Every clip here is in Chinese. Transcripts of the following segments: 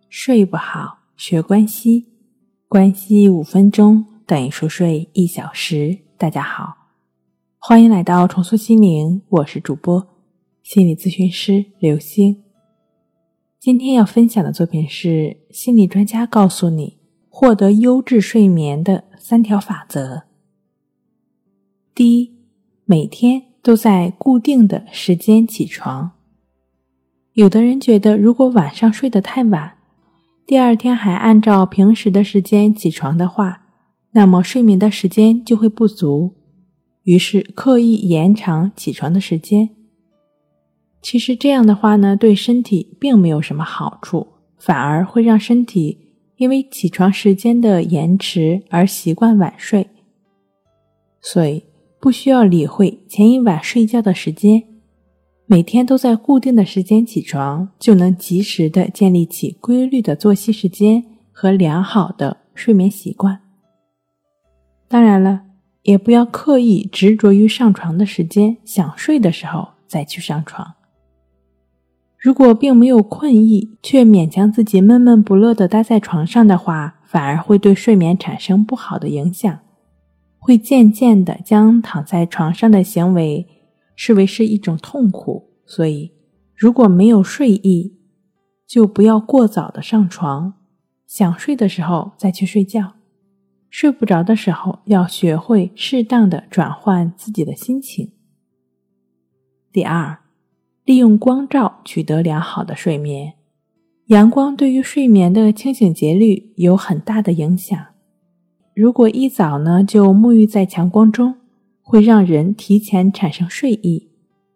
睡不好，学关息，关息5分钟等于熟睡1小时。大家好，欢迎来到重塑心灵，我是主播心理咨询师刘星。今天要分享的作品是心理专家告诉你获得优质睡眠的3条法则。第一，每天都在固定的时间起床。有的人觉得如果晚上睡得太晚，第二天还按照平时的时间起床的话，那么睡眠的时间就会不足，于是刻意延长起床的时间。其实这样的话呢，对身体并没有什么好处，反而会让身体因为起床时间的延迟而习惯晚睡。所以不需要理会前一晚睡觉的时间，每天都在固定的时间起床，就能及时地建立起规律的作息时间和良好的睡眠习惯。当然了，也不要刻意执着于上床的时间，想睡的时候再去上床。如果并没有困意，却勉强自己闷闷不乐地待在床上的话，反而会对睡眠产生不好的影响，会渐渐地将躺在床上的行为视为是一种痛苦。所以如果没有睡意，就不要过早的上床，想睡的时候再去睡觉，睡不着的时候要学会适当的转换自己的心情。第二，利用光照取得良好的睡眠。阳光对于睡眠的清醒节律有很大的影响。如果一早呢就沐浴在强光中，会让人提前产生睡意。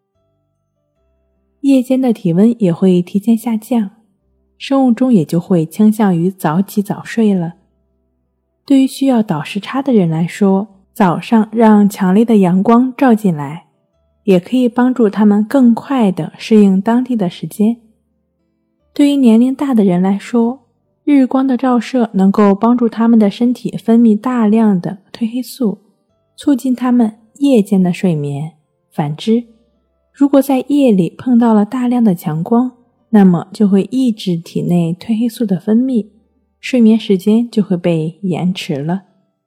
夜间的体温也会提前下降，生物钟也就会倾向于早起早睡了。对于需要倒时差的人来说，早上让强烈的阳光照进来，也可以帮助他们更快地适应当地的时间。对于年龄大的人来说，日光的照射能够帮助他们的身体分泌大量的褪黑素，促进他们夜间的睡眠。反之，如果在夜里碰到了大量的强光，那么就会抑制体内褪黑素的分泌，睡眠时间就会被延迟了。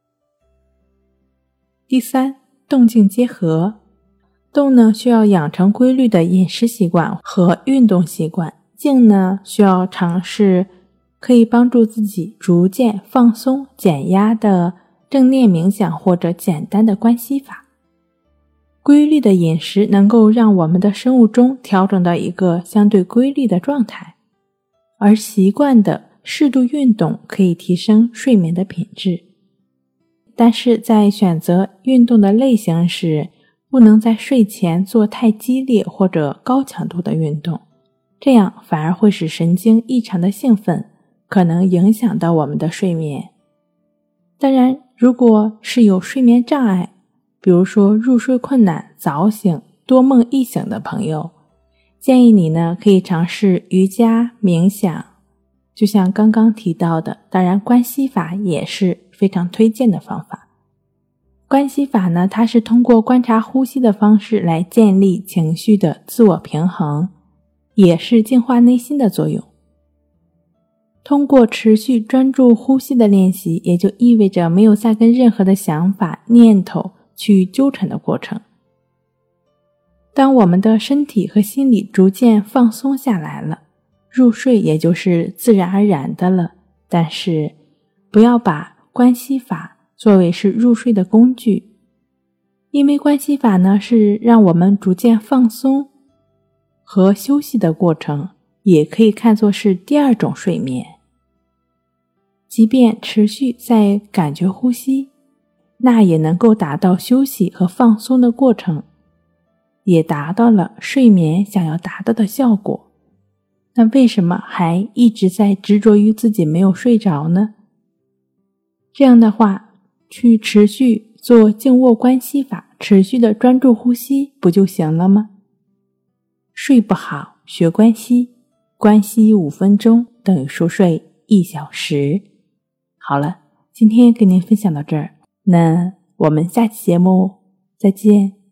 第三，动静结合。动呢需要养成规律的饮食习惯和运动习惯，静呢需要尝试可以帮助自己逐渐放松减压的正念冥想或者简单的关系法。规律的饮食能够让我们的生物钟调整到一个相对规律的状态，而习惯的适度运动可以提升睡眠的品质。但是在选择运动的类型时，不能在睡前做太激烈或者高强度的运动，这样反而会使神经异常的兴奋，可能影响到我们的睡眠。当然，如果是有睡眠障碍，比如说入睡困难、早醒、多梦易醒的朋友，建议你呢可以尝试瑜伽、冥想，就像刚刚提到的，当然关系法也是非常推荐的方法。关系法呢，它是通过观察呼吸的方式来建立情绪的自我平衡，也是净化内心的作用。通过持续专注呼吸的练习，也就意味着没有再跟任何的想法、念头去纠缠的过程。当我们的身体和心理逐渐放松下来了，入睡也就是自然而然的了。但是不要把关系法作为是入睡的工具，因为关系法呢是让我们逐渐放松和休息的过程，也可以看作是第二种睡眠。即便持续在感觉呼吸，那也能够达到休息和放松的过程，也达到了睡眠想要达到的效果。那为什么还一直在执着于自己没有睡着呢？这样的话，去持续做静卧关系法，持续的专注呼吸不就行了吗？睡不好，学关系，关系5分钟等于熟睡1小时。好了，今天跟您分享到这儿，那我们下期节目再见。